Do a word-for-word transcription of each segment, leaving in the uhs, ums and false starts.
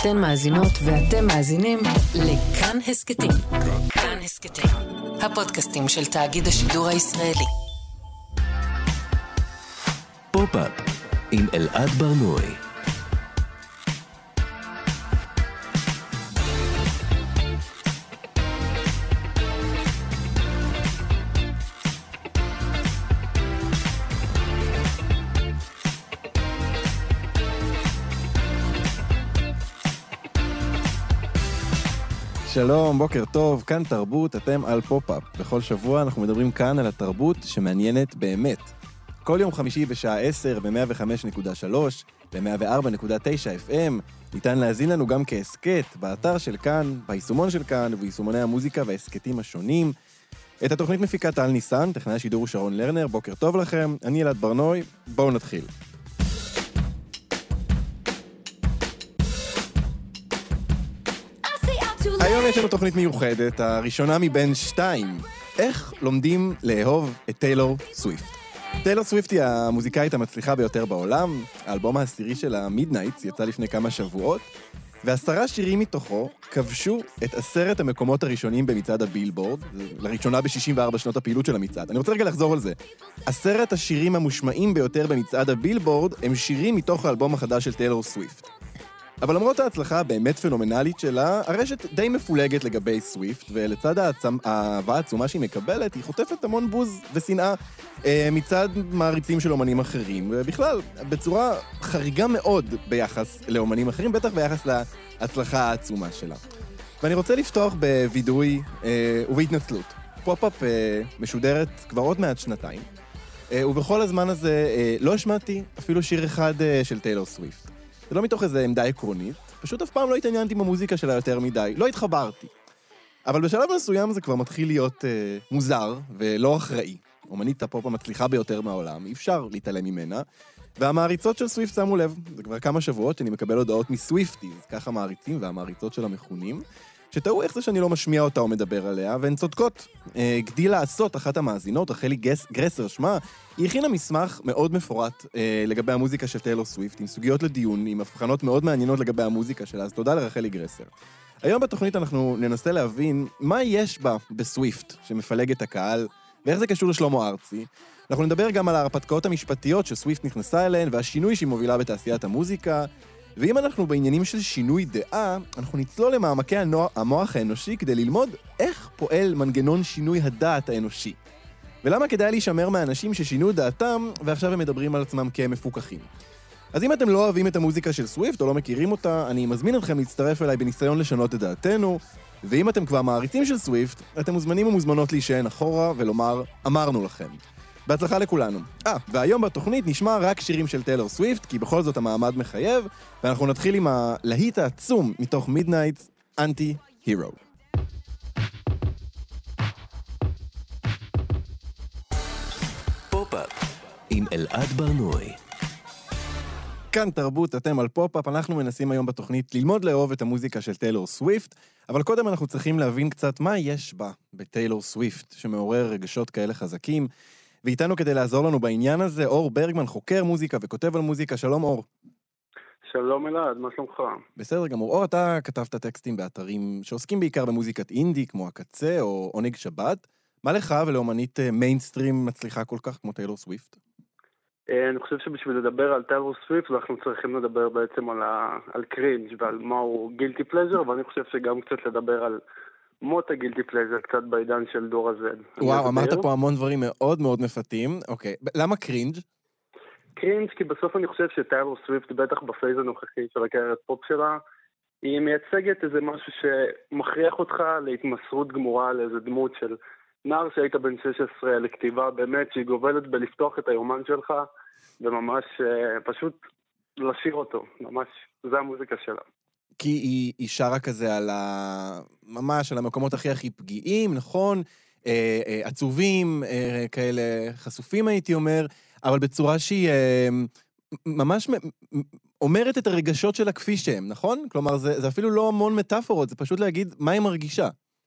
אתן מאזינות ואתם מאזינים לכאן הסקטים. כאן הסקטים, הפודקאסטים של תאגיד השידור הישראלי. פופ-אפ עם אלעד ברנועי. שלום, בוקר טוב, כאן תרבות, אתם על פופ-אפ. בכל שבוע אנחנו מדברים כאן על התרבות שמעניינת באמת. כל יום חמישי בשעה עשר ב-מאה וחמש נקודה שלוש, ב-מאה וארבע נקודה תשע אף אם, ניתן להזין לנו גם כעסקט, באתר של כאן, ביישומון של כאן וביישומוני המוזיקה והעסקטים השונים. את התוכנית מפיקה טל ניסן, טכנאי השידור הוא שרון לרנר, בוקר טוב לכם, אני אלעד ברנועי, בואו נתחיל. היום יש לנו תוכנית מיוחדת, הראשונה מבין שתיים. איך לומדים לאהוב את טיילור סוויפט? טיילור סוויפט היא המוזיקאית המצליחה ביותר בעולם, האלבום העשירי שלה, מידנייטס, יצא לפני כמה שבועות, ועשרה שירים מתוכו כבשו את עשרת המקומות הראשונים במצעד הבילבורד, לראשונה ב-שישים וארבע שנות הפעילות של המצעד. אני רוצה רגע לחזור על זה. עשרת השירים המושמעים ביותר במצעד הבילבורד הם שירים מתוך האלבום החדש של טיילור סוויפט. אבל למרות ההצלחה הבאמת פנומנלית שלה, הרשת די מפולגת לגבי סוויפט, ולצד האהבה העצומה שהיא מקבלת, היא חוטפת המון בוז ושנאה אה, מצד מעריצים של אומנים אחרים, ובכלל, בצורה חריגה מאוד ביחס לאומנים אחרים, בטח ביחס להצלחה העצומה שלה. ואני רוצה לפתוח בוידוי אה, ובהתנצלות. פופ-אפ אה, משודרת כבר עוד מעט שנתיים, אה, ובכל הזמן הזה אה, לא השמעתי אפילו שיר אחד אה, של טיילור סוויפט. זה לא מתוך איזו עמדה עקרונית, פשוט אף פעם לא התעניינתי במוזיקה שלה יותר מדי, לא התחברתי. אבל בשלב מסוים זה כבר מתחיל להיות אה, מוזר ולא אחראי. אומנית הפופ המצליחה ביותר מהעולם, אי אפשר להתעלם ממנה, והמעריצות של סוויפט שמו לב, זה כבר כמה שבועות שאני מקבל הודעות מסוויפטיז, ככה מעריצים והמעריצות של המכונים, שתראו איך זה שאני לא משמיע אותה או מדבר עליה, והן צודקות. אה, גדיל לעשות, אחת המאזינות, רחלי גס, גרסר שמה, היא הכינה מסמך מאוד מפורט אה, לגבי המוזיקה של טיילור סוויפט, עם סוגיות לדיון, עם הבחנות מאוד מעניינות לגבי המוזיקה שלה, אז תודה לרחלי גרסר. היום בתוכנית אנחנו ננסה להבין מה יש בה בסוויפט שמפלג את הקהל, ואיך זה קשור לשלמה ארצי. אנחנו נדבר גם על ההרפתקאות המשפטיות שסוויפט נכנסה אליהן, והשינוי שהיא מובילה בתעשיית המוזיקה, ואם אנחנו בעניינים של שינוי דעה, אנחנו נצלול למעמקי המוח האנושי כדי ללמוד איך פועל מנגנון שינוי הדעת האנושי. ולמה כדאי להישמר מהאנשים ששינו דעתם, ועכשיו הם מדברים על עצמם כמפוקחים. אז אם אתם לא אוהבים את המוזיקה של סוויפט או לא מכירים אותה, אני מזמין אתכם להצטרף אליי בניסיון לשנות את דעתנו, ואם אתם כבר מעריצים של סוויפט, אתם מוזמנים ומוזמנות להישען אחורה ולומר, אמרנו לכם. בהצלחה לכולנו. אה, והיום בתוכנית נשמע רק שירים של טיילור סוויפט, כי בכל זאת המעמד מחייב, ואנחנו נתחיל עם הלהיט העצום מתוך מידנייטס, אנטי-הירו. פופ-אפ עם אלעד ברנועי. כאן תרבות, אתם על פופ-אפ, אנחנו מנסים היום בתוכנית ללמוד לאהוב את המוזיקה של טיילור סוויפט, אבל קודם אנחנו צריכים להבין קצת מה יש בה בטיילור סוויפט, שמעורר רגשות כאלה חזקים, ואיתנו כדי לעזור לנו בעניין הזה, אור ברגמן, חוקר מוזיקה וכותב על מוזיקה. שלום אור. שלום אלעד, מה שלומך? בסדר גמור. אור, אתה כתבת טקסטים באתרים שעוסקים בעיקר במוזיקת אינדי, כמו הקצה או עונג שבת. מה לך ולאומנית מיינסטרים מצליחה כל כך כמו טיילור סוויפט? אני חושב שבשביל לדבר על טיילור סוויפט, אנחנו צריכים לדבר בעצם על, ה... על קרינג' ועל מהו גילטי פלז'ר, ואני חושב שגם קצת לדבר על מות הגילטי פלז'ר, קצת בעידן של דור הזד. וואו, אמרת פה המון דברים מאוד מאוד מפתים. אוקיי, למה קרינג'? קרינג' כי בסוף אני חושב שטיילור סוויפט, בטח בפייז הנוכחי של הקריירת פופ שלה, היא מייצגת איזה משהו שמכריח אותך להתמסרות גמורה לאיזה דמות של נער שהיית בן שש עשרה לכתיבה, באמת שהיא גובלת בלפתוח את היומן שלך, וממש פשוט לשיר אותו, ממש, זה המוזיקה שלה. כי היא, היא שרה כזה על ה... ממש על המקומות הכי הכי פגיעים, נכון? אה, אה, עצובים, אה, כאלה חשופים הייתי אומר, אבל בצורה שהיא אה, ממש אומרת את הרגשות שלה כפי שהם, נכון? כלומר, זה, זה אפילו לא המון מטאפורות, זה פשוט להגיד מה היא מרגישה.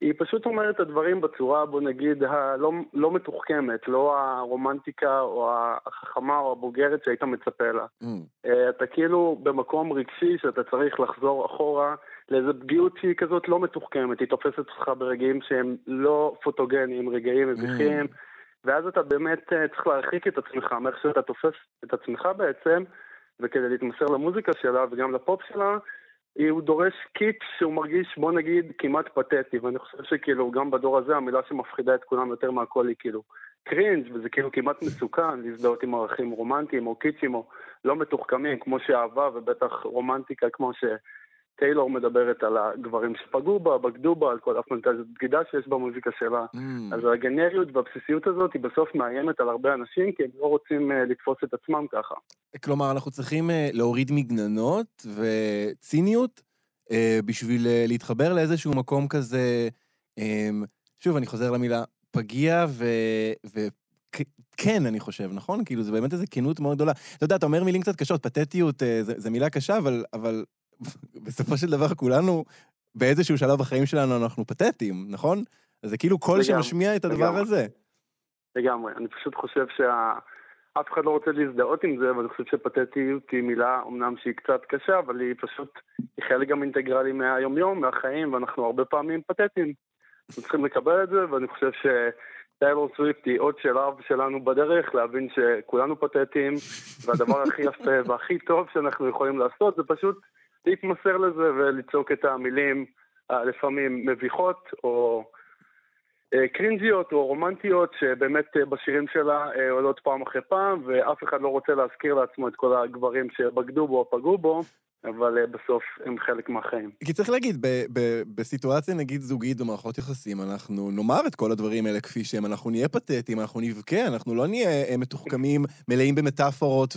היא פשוט אומרת את הדברים בצורה, בוא נגיד, הלא, לא מתוחכמת, לא הרומנטיקה או החכמה או הבוגרת שהיית מצפה לה. Mm. אתה כאילו במקום רגשי שאתה צריך לחזור אחורה לאיזו פגיעות שהיא כזאת לא מתוחכמת, היא תופסת אותך ברגעים שהם לא פוטוגניים, רגעים מביכים, mm. ואז אתה באמת צריך להרחיק את עצמך, מאיך שאתה תופס את עצמך בעצם, וכדי להתמסר למוזיקה שלה וגם לפופ שלה, הוא דורש קיץ' שהוא מרגיש, בוא נגיד, כמעט פתטי, ואני חושב שכאילו גם בדור הזה המילה שמפחידה את כולם יותר מהכל היא כאילו קרינג', וזה כאילו כמעט מסוכן להזדהות עם ערכים רומנטיים או קיצ'ים או לא מתוחכמים, כמו שאהבה ובטח רומנטיקה, כמו שטיילור מדברת על הגברים שפגעו בה, בגדו בה, על כל הפנטזיות בגידה שיש במוזיקה שלה. Mm. אז הגנריות והבסיסיות הזאת היא בסוף מאיימת על הרבה אנשים, כי הם לא רוצים uh, לתפוס את עצמם ככה. כלומר, אנחנו צריכים uh, להוריד מגננות וציניות uh, בשביל uh, להתחבר לאיזשהו מקום כזה, um, שוב, אני חוזר למילה פגיע ו... ו... כן, אני חושב, נכון? כאילו, זה באמת איזו כנות מאוד גדולה. אתה יודע, אתה אומר מילים קצת קשות, פתטיות, זה, זה מילה קשה, אבל, אבל בסופו של דבר כולנו, באיזשהו שלב בחיים שלנו אנחנו פתטיים, נכון? אז זה כאילו קול שמשמיע את הדבר לגמרי. הזה. לגמרי. אני פשוט חושב שאף אחד לא רוצה להזדהות עם זה, ואני חושב שפתטיות היא מילה, אמנם שהיא קצת קשה, אבל היא פשוט, היא חלק גם אינטגרלי מהיום-יום, מהחיים, ואנחנו הרבה פעמים פתטיים. אנחנו צריכים לקבל את זה, ואני חושב ש... טיילור סוויפט היא עוד שלב שלנו בדרך, להבין שכולנו פתטיים, והדבר הכי יפה והכי טוב שאנחנו יכולים לעשות, זה פשוט להתמסר לזה וליצוק את המילים לפעמים מביכות, או קרינג'יות או רומנטיות, שבאמת בשירים שלה עולות פעם אחרי פעם, ואף אחד לא רוצה להזכיר לעצמו את כל הגברים שבגדו בו או פגעו בו, אבל בסוף הם חלק מהחיים. כי צריך להגיד, ב- ב- בסיטואציה נגיד זוגית במערכות יחסים, אנחנו נאמר את כל הדברים האלה כפי שהם, אנחנו נהיה פתטיים, אנחנו נבכה, אנחנו לא נהיה מתוחכמים, מלאים במטאפורות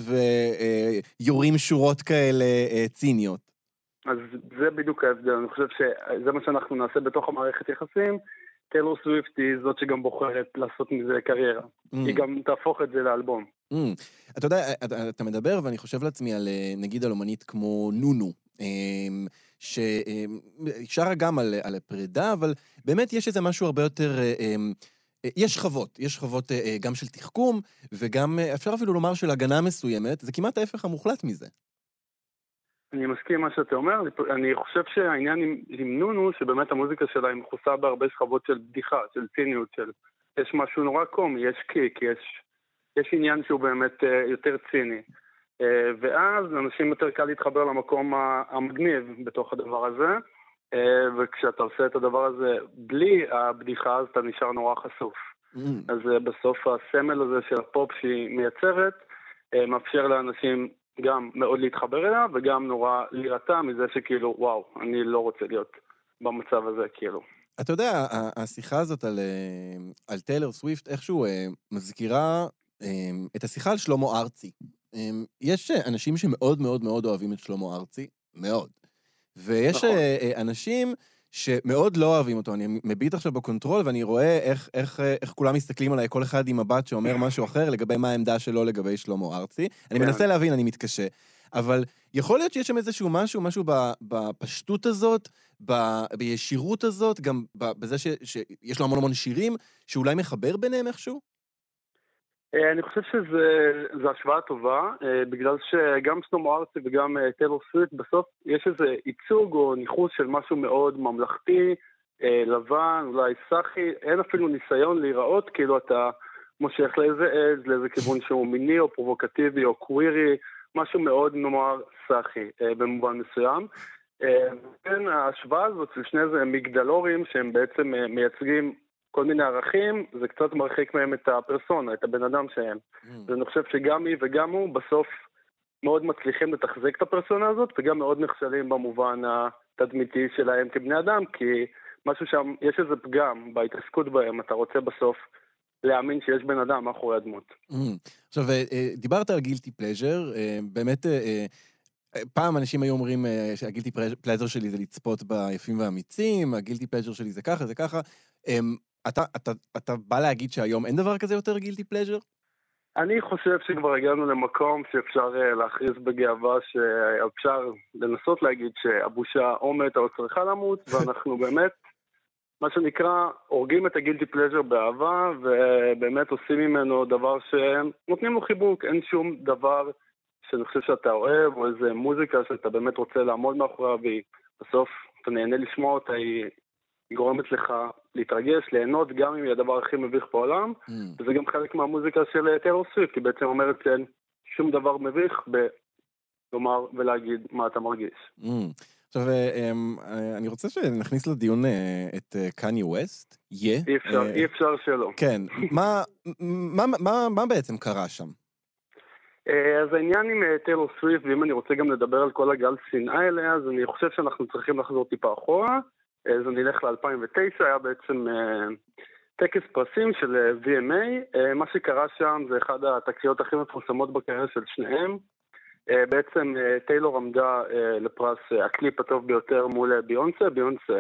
ויורים שורות כאלה ציניות. אז זה בדיוק ההבדל, אני חושב שזה מה שאנחנו נעשה בתוך המערכת יחסים, טיילור סוויפט היא זאת שגם בוחרת לעשות מזה קריירה. Mm. היא גם תהפוך את זה לאלבום. Mm. אתה יודע, אתה, אתה מדבר, ואני חושב לעצמי על, נגיד, על אומנית כמו נונו, ששרה גם על, על הפרידה, אבל באמת יש איזה משהו הרבה יותר... יש שכבות, יש שכבות גם של תחכום, וגם אפשר אפילו לומר של הגנה מסוימת, זה כמעט ההפך המוחלט מזה. אני מסכים מה שאתה אומר, אני חושב שהעניין עם, עם נונו, שבאמת המוזיקה שלה היא מכוסה בהרבה שכבות של בדיחה, של ציניות, של יש משהו נורא קומי, יש קיק, יש, יש עניין שהוא באמת uh, יותר ציני. Uh, ואז לאנשים יותר קל להתחבר למקום המגניב בתוך הדבר הזה, uh, וכשאתה עושה את הדבר הזה בלי הבדיחה, אז אתה נשאר נורא חשוף. Mm. אז uh, בסוף הסמל הזה של הפופ שהיא מייצרת, uh, מאפשר לאנשים... גם מאוד להתחבר אליה, וגם נורא להירתע מזה שכאילו, וואו, אני לא רוצה להיות במצב הזה, כאילו. אתה יודע, השיחה הזאת על, על טיילור סוויפט, איכשהו מזכירה את השיחה על שלמה ארצי. יש אנשים שמאוד מאוד מאוד אוהבים את שלמה ארצי, מאוד. ויש נכון. אנשים שמאוד לא אוהבים אותו. אני מביט עכשיו בקונטרול, ואני רואה איך, איך, איך כולם מסתכלים עליי, כל אחד עם מבט שאומר משהו אחר, לגבי מה העמדה שלו לגבי שלמה ארצי. אני מנסה להבין, אני מתקשה. אבל יכול להיות שיש שם איזשהו משהו, משהו בפשטות הזאת, בישירות הזאת, גם בזה ש, שיש לו המון המון שירים, שאולי מחבר ביניהם איכשהו? אני חושב שזו השוואה טובה, בגלל שגם שלמה ארצי וגם טיילור סוויפט, בסוף יש איזה ייצוג או ניחוס של משהו מאוד ממלכתי, לבן, אולי סחי, אין אפילו ניסיון להיראות, כאילו אתה מושך לאיזה עז, לאיזה כיוון שהוא מיני או פרובוקטיבי או קווירי, משהו מאוד נאמר סחי במובן מסוים. כן, ההשוואה הזאת של שני זה מגדלורים שהם בעצם מייצגים כל מיני ערכים, זה קצת מרחיק מהם את הפרסונה, את הבן אדם שהם. Mm. ואני חושב שגם היא וגם הוא בסוף מאוד מצליחים לתחזק את הפרסונה הזאת, וגם מאוד נכשלים במובן התדמיתי שלהם כבני אדם, כי משהו שם, יש איזה פגם בהתעסקות בהם, אתה רוצה בסוף להאמין שיש בן אדם מאחורי הדמות. Mm. עכשיו, דיברת על גילטי פלז'ר, באמת... פעם אנשים היו אומרים שהגילטי פלז'ר שלי זה לצפות ביפים והאמיצים, הגילטי פלז'ר שלי זה ככה, זה ככה. אתה, אתה, אתה בא להגיד שהיום אין דבר כזה יותר גילטי פלז'ר? אני חושב שכבר הגענו למקום שאפשר להכריז בגאווה שאפשר לנסות להגיד שהבושה או מתה או צריכה למות, ואנחנו באמת מה שנקרא, הורגים את הגילטי פלז'ר באהבה, ובאמת עושים ממנו דבר שנותנים לו חיבוק, אין שום דבר שאני חושב שאתה אוהב, או איזה מוזיקה שאתה באמת רוצה לעמוד מאחוריה, והיא בסוף אתה נהנה לשמוע אותה, היא גורמת לך להתרגש, ליהנות, גם אם היא הדבר הכי מביך בעולם, mm. וזה גם חלק מהמוזיקה של טיילור סוויפט, היא בעצם אומרת שאין שום דבר מביך בלומר ולהגיד מה אתה מרגיש. Mm. עכשיו, אני רוצה שנכניס לדיון את קניה ווסט, יה. אי אפשר, אי אפשר שלא. כן, מה, מה, מה, מה בעצם קרה שם? אז העניין עם טיילור סוויפט, ואם אני רוצה גם לדבר על כל הגל שנאה האלה, אז אני חושב שאנחנו צריכים לחזור טיפה אחורה, אז אני אלך ל-אלפיים ותשע, היה בעצם טקס פרסים של וי אם איי, מה שקרה שם זה אחד התקריות הכי מפורסמות בקריירה של שניהם, בעצם טיילור עמדה לפרס הקליפ הטוב ביותר מול ביונסה, ביונסה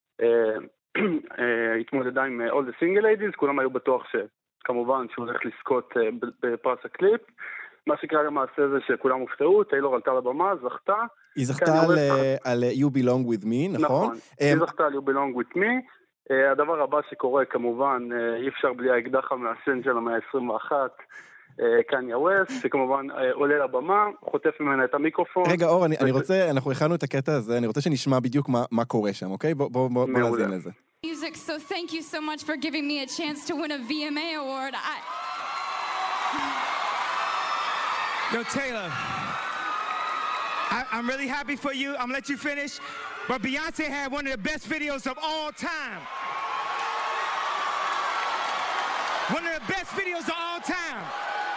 התמודדה עם All the Single Ladies, כולם היו בטוח שכמובן שהוא הולך לזכות בפרס הקליפ, מה שקרה למעשה זה שכולם הופתעו, טיילור עלתה לבמה, זכתה. היא זכתה על You Belong With Me, נכון? נכון, היא זכתה על You Belong With Me. הדבר הבא שקורה כמובן, אי אפשר בלי האקדח המעשן של המאה ה-עשרים ואחת, קניה ווסט, שכמובן עולה לבמה, חוטף ממנה את המיקרופון. רגע, אור, אני רוצה, אנחנו הכנו את הקטע הזה, אני רוצה שנשמע בדיוק מה קורה שם, אוקיי? בואו נאזין לזה. Music, so thank you so much for giving me a chance to win a V M A award. I... Yo, Taylor, I, I'm really happy for you. I'm gonna let you finish. But Beyonce had one of the best videos of all time. One of the best videos of all time.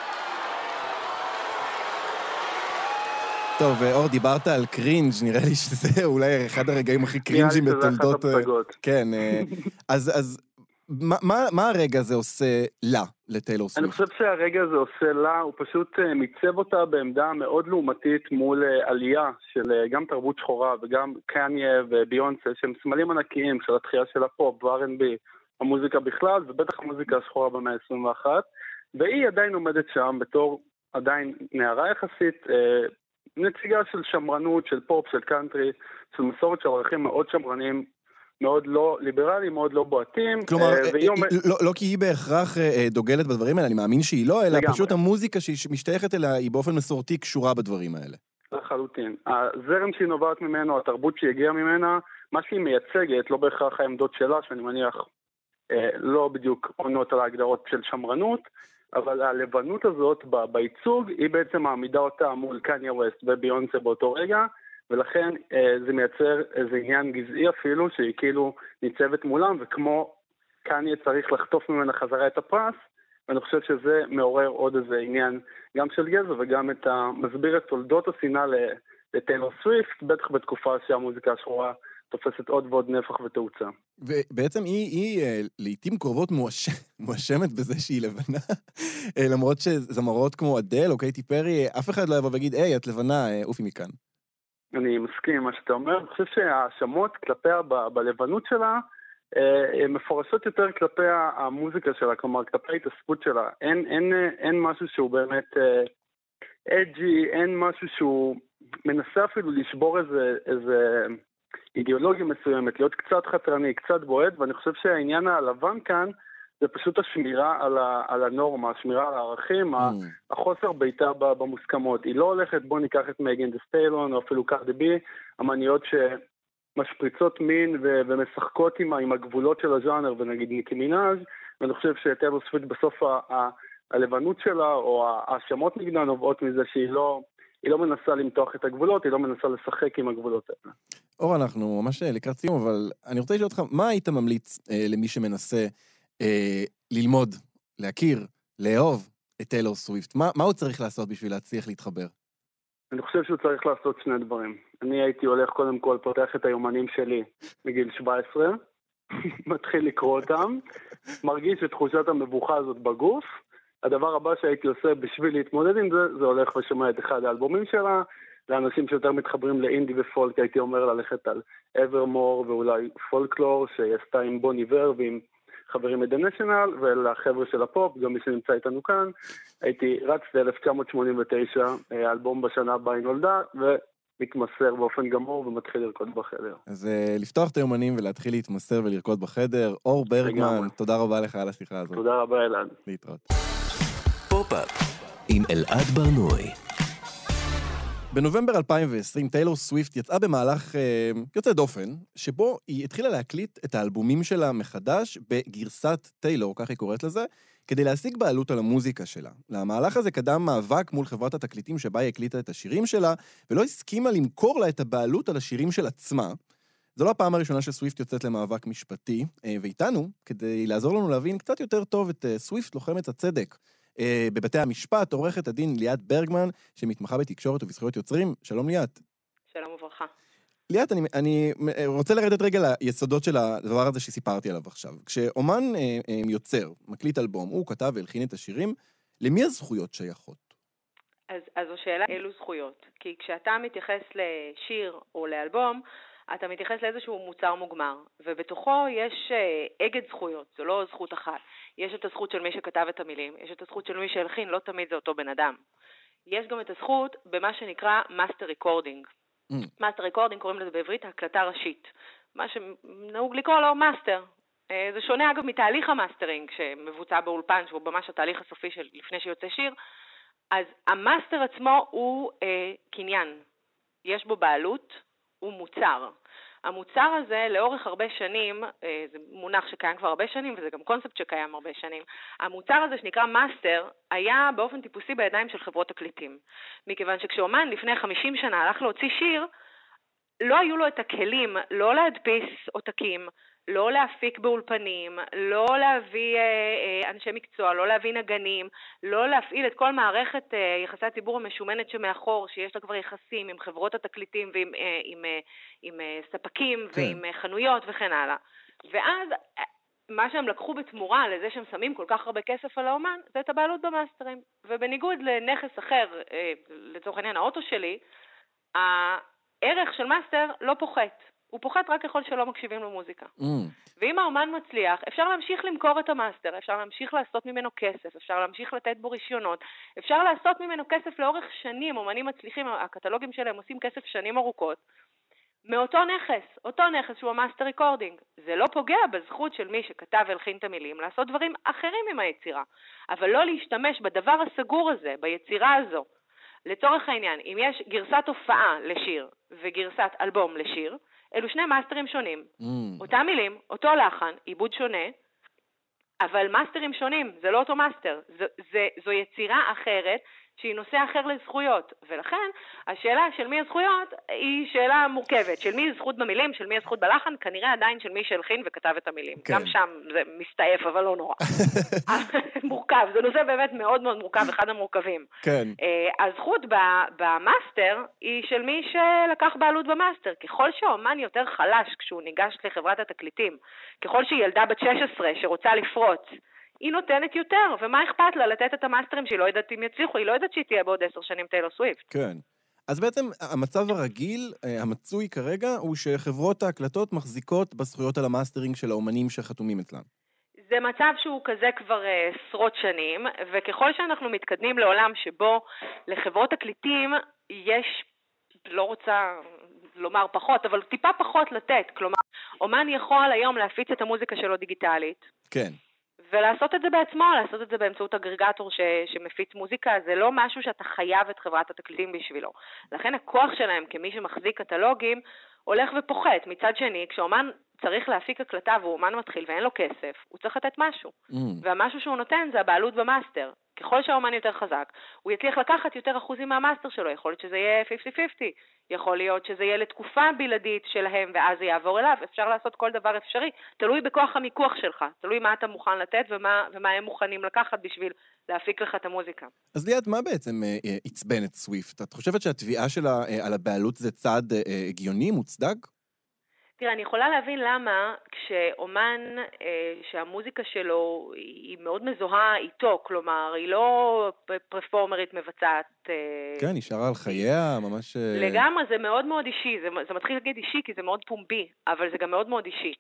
טוב, אור, דיברת על קרינג', נראה לי שזה אולי אחד הרגעים הכי קרינג'ים בתולדות... כן, אז מה הרגע הזה עושה לה, לטיילור סוויפט? אני חושב שהרגע הזה עושה לה, הוא פשוט מיצב אותה בעמדה מאוד לעומתית מול עלייה של גם תרבות שחורה וגם קניה וביונסה, שהם סמלים ענקיים של התחייה של הפופ ו-אר אנד בי, המוזיקה בכלל, ובטח המוזיקה השחורה במאה ה-עשרים ואחת, והיא עדיין עומדת שם בתור עדיין נערה יחסית, נציגה של שמרנות, של פופ, של קאנטרי, של מסורת של ערכים מאוד שמרנים, מאוד לא ליברליים, מאוד לא בועטים. כלומר, לא כי היא בהכרח דוגלת בדברים האלה, אני מאמין שהיא לא, אלא פשוט המוזיקה שהיא משתייכת אליה, היא באופן מסורתי קשורה בדברים האלה. לחלוטין. הזרם שהיא נובעת ממנו, התרבות שהיא הגיעה ממנה, מה שהיא מייצגת, לא בהכרח העמדות שלה, שאני מניח לא בדיוק עונות על ההגדרות של שמרנות, אבל הלבנות הזאת בייצוג, היא בעצם מעמידה אותה מול קניה ווסט וביונסה באותו רגע, ולכן זה מייצר איזה עניין גזעי אפילו, שהיא כאילו ניצבת מולם, וכמו קניה צריך לחטוף ממנה חזרה את הפרס, ואני חושב שזה מעורר עוד איזה עניין גם של גזע, וגם את המסביר את תולדות השנאה לטיילור סוויפט, בטח בתקופה שהמוזיקה השחורה תופסת עוד ועוד נפח ותאוצה. ובעצם היא, היא לעתים קרובות מואשמת בזה שהיא לבנה, למרות שזמרות כמו אדל או קייטי פרי, אף אחד לא יבוא ויגיד, היי, את לבנה, אופי מכאן. אני מסכים עם מה שאתה אומר, אני חושב שהאשמות כלפיה ב- בלבנות שלה, הן מפורשות יותר כלפי המוזיקה שלה, כלומר כלפי ההתעסקות שלה. אין, אין, אין משהו שהוא באמת אג'י, אין משהו שהוא מנסה אפילו לשבור איזה, איזה אידיאולוגיה מסוימת, להיות קצת חתרני, קצת בועד, ואני חושב שהעניין הלבן כאן, זה פשוט השמירה על, ה, על הנורמה, השמירה על הערכים, mm. החוסר ביתה במוסכמות. היא לא הולכת, בוא ניקח את מייגן דה סטיילון, או אפילו קארדי בי, המניות שמשפריצות מין ו, ומשחקות עם, עם הגבולות של הז'אנר, ונגיד ניקי מינאז', ואני חושב שטיילור סוויפט בסוף ה, ה, הלבנות שלה, או האשמות נגדה נובעות מזה שהיא לא, היא לא מנסה למתוח את הגבולות, היא לא מנסה לשחק עם הגבולות האלה. אור, אנחנו ממש לקראת סיום, אבל אני רוצה לשאול אותך, מה היית ממליץ אה, למי שמנסה אה, ללמוד, להכיר, לאהוב את טיילור סוויפט? מה, מה הוא צריך לעשות בשביל להצליח להתחבר? אני חושב שהוא צריך לעשות שני דברים. אני הייתי הולך קודם כל, פותח את היומנים שלי מגיל שבע עשרה, מתחיל לקרוא אותם, מרגיש את תחושת המבוכה הזאת בגוף. הדבר הבא שהייתי עושה בשביל להתמודד עם זה, זה הולך ושומע את אחד האלבומים שלה, לאנשים שיותר מתחברים לאינדי ופולק, הייתי אומר ללכת על אברמור ואולי פולקלור, שעשתה עם בוני ור ועם חברים מדנשיונל, ולחבר'ה של הפופ, גם מי שנמצא איתנו כאן, הייתי רץ ב-אלף תשע מאות שמונים ותשע, אלבום בשנה הבאה היא נולדה, מתמסר באופן גמור ומתחיל לרקוד בחדר. אז uh, לפתוח את היומנים ולהתחיל להתמסר ולרקוד בחדר. אור ברגמן, לגמרי. תודה רבה לך על השיחה הזאת. תודה רבה אלעד. להתראות. פופ-אפ עם אלעד ברנועי. בנובמבר אלפיים ועשרים טיילור סוויפט יצאה במהלך אה, יוצא דופן, שבו היא התחילה להקליט את האלבומים שלה מחדש בגרסת טיילור, כך היא קוראת לזה, כדי להשיג בעלות על המוזיקה שלה. למהלך הזה קדם מאבק מול חברת התקליטים שבה היא הקליטה את השירים שלה, ולא הסכימה למכור לה את הבעלות על השירים של עצמה. זו לא הפעם הראשונה שסוויפט יוצאת למאבק משפטי, אה, ואיתנו, כדי לעזור לנו להבין קצת יותר טוב את אה, סוויפט לוחמת הצדק. בבתי המשפט, עורכת הדין ליאת ברגמן, שמתמחה בתקשורת ובזכויות יוצרים. שלום ליאת. שלום וברכה. ליאת, אני, אני רוצה לרדת רגע ליסודות של הדבר הזה שסיפרתי עליו עכשיו. כשאומן אה, אה, יוצר, מקליט אלבום, הוא כתב והלחין את השירים, למי הזכויות שייכות? אז, אז השאלה, אילו זכויות? כי כשאתה מתייחס לשיר או לאלבום, אתה מתייחס לאיזשהו מוצר מוגמר, ובתוכו יש אה, אגד זכויות, זו לא זכות אחת. יש את הזכות של מי שכתב את המילים, יש את הזכות של מי שהלחין, לא תמיד זה אותו בן אדם. יש גם את הזכות במה שנקרא מאסטר ריקורדינג. מאסטר ריקורדינג קוראים לזה בעברית הקלטה ראשית. מה שנהוג לקרוא לו מאסטר. אה, זה שונה אגב מתהליך המאסטרינג שמבוצע באולפן, שהוא ממש התהליך הסופי של לפני שיוצא שיר. אז המאסטר עצמו הוא אה, קניין. יש בו בעלות, הוא מוצר. המוצר הזה לאורך הרבה שנים, זה מונח שקיים כבר הרבה שנים, וזה גם קונספט שקיים הרבה שנים, המוצר הזה שנקרא מאסטר, היה באופן טיפוסי בידיים של חברות תקליטים. מכיוון שכשאומן לפני חמישים שנה הלך להוציא שיר, לא היו לו את הכלים, לא להדפיס עותקים, לא להפיק באולפנים, לא להביא אה, אנשי מקצוע, לא להביא נגנים, לא להפעיל את כל מערכת אה, יחסי הציבור המשומנת שמאחור, שיש לה כבר יחסים עם חברות התקליטים ועם אה, עם, אה, עם, אה, ספקים כן. ועם אה, חנויות וכן הלאה. ואז אה, מה שהם לקחו בתמורה לזה שהם שמים כל כך הרבה כסף על האומן, זה את הבעלות במאסטרים. ובניגוד לנכס אחר, אה, לצורך העניין האוטו שלי, הערך של מאסטר לא פוחת. הוא פוחת רק ככל שלא מקשיבים למוזיקה. Mm. ואם האומן מצליח, אפשר להמשיך למכור את המאסטר, אפשר להמשיך לעשות ממנו כסף, אפשר להמשיך לתת בו רישיונות, אפשר לעשות ממנו כסף לאורך שנים, אומנים מצליחים, הקטלוגים שלהם עושים כסף שנים ארוכות, מאותו נכס, אותו נכס שהוא המאסטר ריקורדינג. זה לא פוגע בזכות של מי שכתב והלחין את המילים, לעשות דברים אחרים עם היצירה, אבל לא להשתמש בדבר הסגור הזה, ביצירה הזו. לצורך העניין, אם יש גרסת הופעה לשיר וגרסת אלבום לשיר, אלו שני מאסטרים שונים. Mm. אותם מילים, אותו לחן, עיבוד שונה, אבל מאסטרים שונים, זה לא אותו מאסטר. זו, זה, זו יצירה אחרת שהיא נושא אחר לזכויות. ולכן, השאלה של מי הזכויות היא שאלה מורכבת. של מי הזכות במילים, של מי הזכות בלחן, כנראה עדיין של מי שהלחין וכתב את המילים. כן. גם שם זה מסתעף, אבל לא נורא. מורכב, זה נושא באמת מאוד מאוד מורכב, אחד המורכבים. כן. הזכות במאסטר היא של מי שלקח בעלות במאסטר. ככל שהאומן יותר חלש כשהוא ניגש לחברת התקליטים, ככל שהיא ילדה בת שש עשרה שרוצה לפרוץ, היא נותנת יותר, ומה אכפת לה לתת את המאסטרים שהיא לא יודעת אם יצליחו, היא לא יודעת שהיא תהיה בעוד עשר שנים טיילור סוויפט. כן. אז בעצם המצב הרגיל, המצוי כרגע, הוא שחברות ההקלטות מחזיקות בזכויות על המאסטרינג של האומנים שחתומים אצלם. זה מצב שהוא כזה כבר עשרות שנים, וככל שאנחנו מתקדמים לעולם שבו לחברות תקליטים יש, לא רוצה לומר פחות, אבל טיפה פחות לתת. כלומר, אומן יכול היום להפיץ את המוזיקה שלו דיגיטלית. כן. ולעשות את זה בעצמו, לעשות את זה באמצעות אגרגטור ש, שמפיץ מוזיקה, זה לא משהו שאתה חייב את חברת התקליטים בשבילו. לכן הכוח שלהם כמי שמחזיק קטלוגים הולך ופוחת. מצד שני, כשאומן צריך להפיק הקלטה והוא אומן מתחיל ואין לו כסף, הוא צריך לתת משהו. Mm. והמשהו שהוא נותן זה הבעלות במאסטר. ככל שהאומן יותר חזק, הוא יצליח לקחת יותר אחוזים מהמאסטר שלו. יכול להיות שזה יהיה חמישים חמישים. יכול להיות שזה יהיה לתקופה בלעדית שלהם, ואז זה יעבור אליו. אפשר לעשות כל דבר אפשרי. תלוי בכוח המיקוח שלך. תלוי מה אתה מוכן לתת ומה, ומה הם מוכנים לקחת בשביל להפיק לך את המוזיקה. אז ליאת, מה בעצם עצבן את סוויפט? את חושבת שהתביעה שלה על הבעלות זה צעד הגיוני, מוצדק? תראה, אני יכולה להבין למה כשאומן אה, שהמוזיקה שלו היא מאוד מזוהה איתו, כלומר, היא לא פרפורמרית מבצעת. אה, כן, היא שרה על חייה, ממש... לגמרי, זה מאוד מאוד אישי, זה, זה מתחיל להגיד אישי כי זה מאוד פומבי, אבל זה גם מאוד מאוד אישי.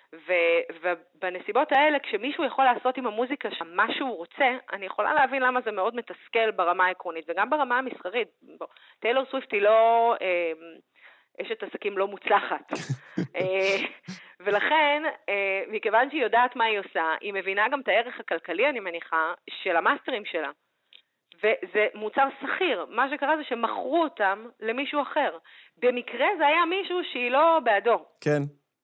ו- ובנסיבות האלה, כשמישהו יכול לעשות עם המוזיקה שם מה שהוא רוצה, אני יכולה להבין למה זה מאוד מתסכל ברמה העקרונית, וגם ברמה המסחרית. טיילור סוויפט היא לא אה, אשת עסקים לא מוצלחת. אה, ולכן, אה, מכיוון שהיא יודעת מה היא עושה, היא מבינה גם את הערך הכלכלי, אני מניחה, של המאסטרים שלה. וזה מוצר סחיר. מה שקרה זה שמכרו אותם למישהו אחר. במקרה זה היה מישהו שהיא לא בעדו. כן.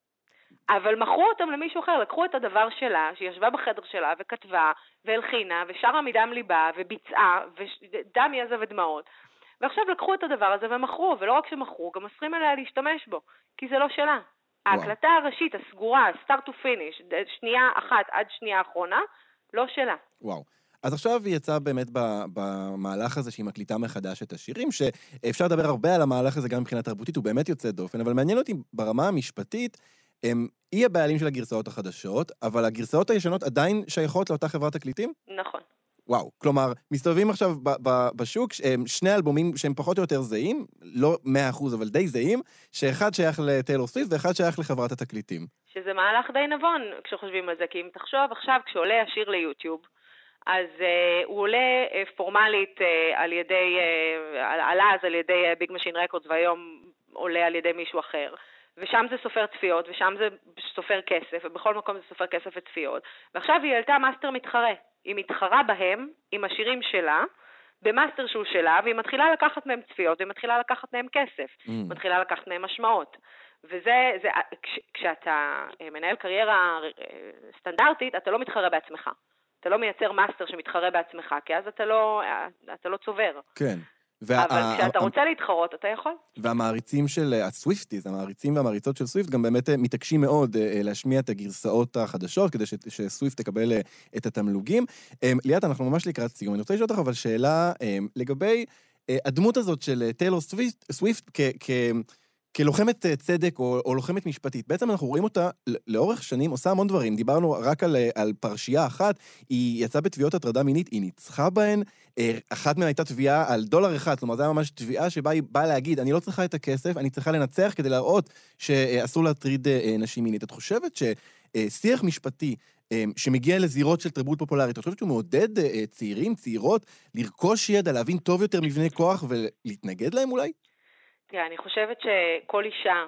אבל מכרו אותם למישהו אחר, לקחו את הדבר שלה, שהיא ישבה בחדר שלה וכתבה והלחינה ושרה מדם ליבה וביצעה ודם יזע ודמעות. ועכשיו לקחו את הדבר הזה ומכרו, ולא רק שמכרו, גם אסרים עליה להשתמש בו, כי זה לא שלה. ההקלטה הראשית, הסגורה, start to finish, שנייה אחת עד שנייה אחרונה, לא שלה. וואו. אז עכשיו היא יצאה באמת במהלך הזה שהיא מקליטה מחדש את השירים, שאפשר לדבר הרבה על המהלך הזה גם מבחינה תרבותית, הוא באמת יוצא דופן, אבל מעניין אותי ברמה המשפטית, הם, היא הבעלים של הגרסאות החדשות, אבל הגרסאות הישנות עדיין שייכות לאותה חברת תקליטים? נכון. וואו, כלומר, מסתובבים עכשיו ב- ב- בשוק שני אלבומים שהם פחות או יותר זהים, לא מאה אחוז אבל די זהים, שאחד שייך לטיילור סוויפט ואחד שייך לחברת התקליטים. שזה מהלך די נבון כשחושבים על זה, כי אם תחשוב עכשיו כשעולה השיר ליוטיוב, אז uh, הוא עולה uh, פורמלית uh, על ידי, uh, עלה אז על ידי uh, ביג משין רקורדס, והיום עולה על ידי מישהו אחר. ושם זה סופר צפיות, ושם זה סופר כסף, ובכל מקום זה סופר כסף וצפיות. ועכשיו היא העלתה מאסטר מתחרה. היא מתחרה בהם, עם השירים שלה, במאסטר שהוא שלה, והיא מתחילה לקחת מהם צפיות, והיא מתחילה לקחת מהם כסף, mm. מתחילה לקחת מהם משמעות. וזה, זה, כש, כשאתה מנהל קריירה סטנדרטית, אתה לא מתחרה בעצמך. אתה לא מייצר מאסטר שמתחרה בעצמך, כי אז אתה לא, אתה לא צובר. כן. וה... אבל כשאתה רוצה להתחרות, אתה יכול. והמעריצים של הסוויפטיז, המעריצים והמעריצות של סוויפט, גם באמת מתעקשים מאוד להשמיע את הגרסאות החדשות, כדי שסוויפט תקבל את התמלוגים. ליאת, אנחנו ממש לקראת סיום. אני רוצה לשאול אותך, אבל שאלה לגבי הדמות הזאת של טיילור סוויפט כ... כלוחמת צדק או, או לוחמת משפטית. בעצם אנחנו רואים אותה לאורך שנים, עושה המון דברים. דיברנו רק על, על פרשייה אחת, היא יצאה בתביעות הטרדה מינית, היא ניצחה בהן, אחת מהן הייתה תביעה על דולר אחד, כלומר זה היה ממש תביעה שבה היא באה להגיד, אני לא צריכה את הכסף, אני צריכה לנצח כדי להראות שאסור להטריד נשים מינית. את חושבת ששיח משפטי שמגיע לזירות של תרבות פופולרית, את חושבת שהוא מעודד צעירים, צעירות, לרכוש ידע, להבין טוב יותר מבני כוח ולהתנגד להם אולי? אני חושבת שכל אישה,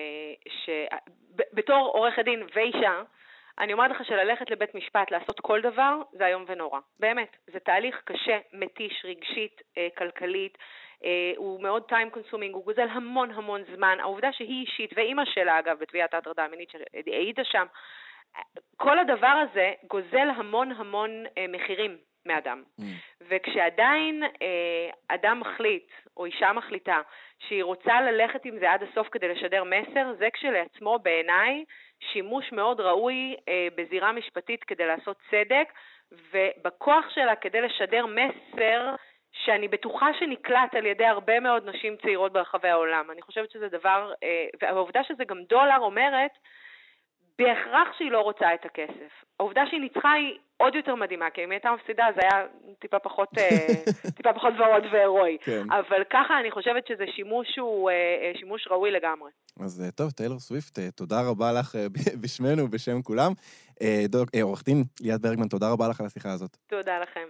בתור עורכת דין ואישה, אני אומרת לך שללכת לבית משפט, לעשות כל דבר, זה היום ונורא. באמת, זה תהליך קשה, מתיש, רגשית, כלכלית, הוא מאוד time consuming, הוא גוזל המון המון זמן. העובדה שהיא אישית, ואימא שלה אגב, בתביעת ההטרדה המינית שהעידה שם, כל הדבר הזה גוזל המון המון מחירים מאדם. Mm. וכשעדיין אה, אדם מחליט, או אישה מחליטה, שהיא רוצה ללכת עם זה עד הסוף כדי לשדר מסר, זה כשלעצמו בעיניי שימוש מאוד ראוי אה, בזירה משפטית כדי לעשות צדק, ובכוח שלה כדי לשדר מסר שאני בטוחה שנקלט על ידי הרבה מאוד נשים צעירות ברחבי העולם. אני חושבת שזה דבר, אה, והעובדה שזה גם דולר אומרת, בהכרח שהיא לא רוצה את הכסף. העובדה שהיא ניצחה היא עוד יותר מדהימה, כי אם היא הייתה מפסידה, זה היה טיפה פחות, טיפה פחות ורוד והירואי. כן. אבל ככה אני חושבת שזה שימוש הוא שימוש ראוי לגמרי. אז טוב, טיילור סוויפט, תודה רבה לך בשמנו ובשם כולם. עורך דין ליאת ברגמן, תודה רבה לך על השיחה הזאת. תודה לכם.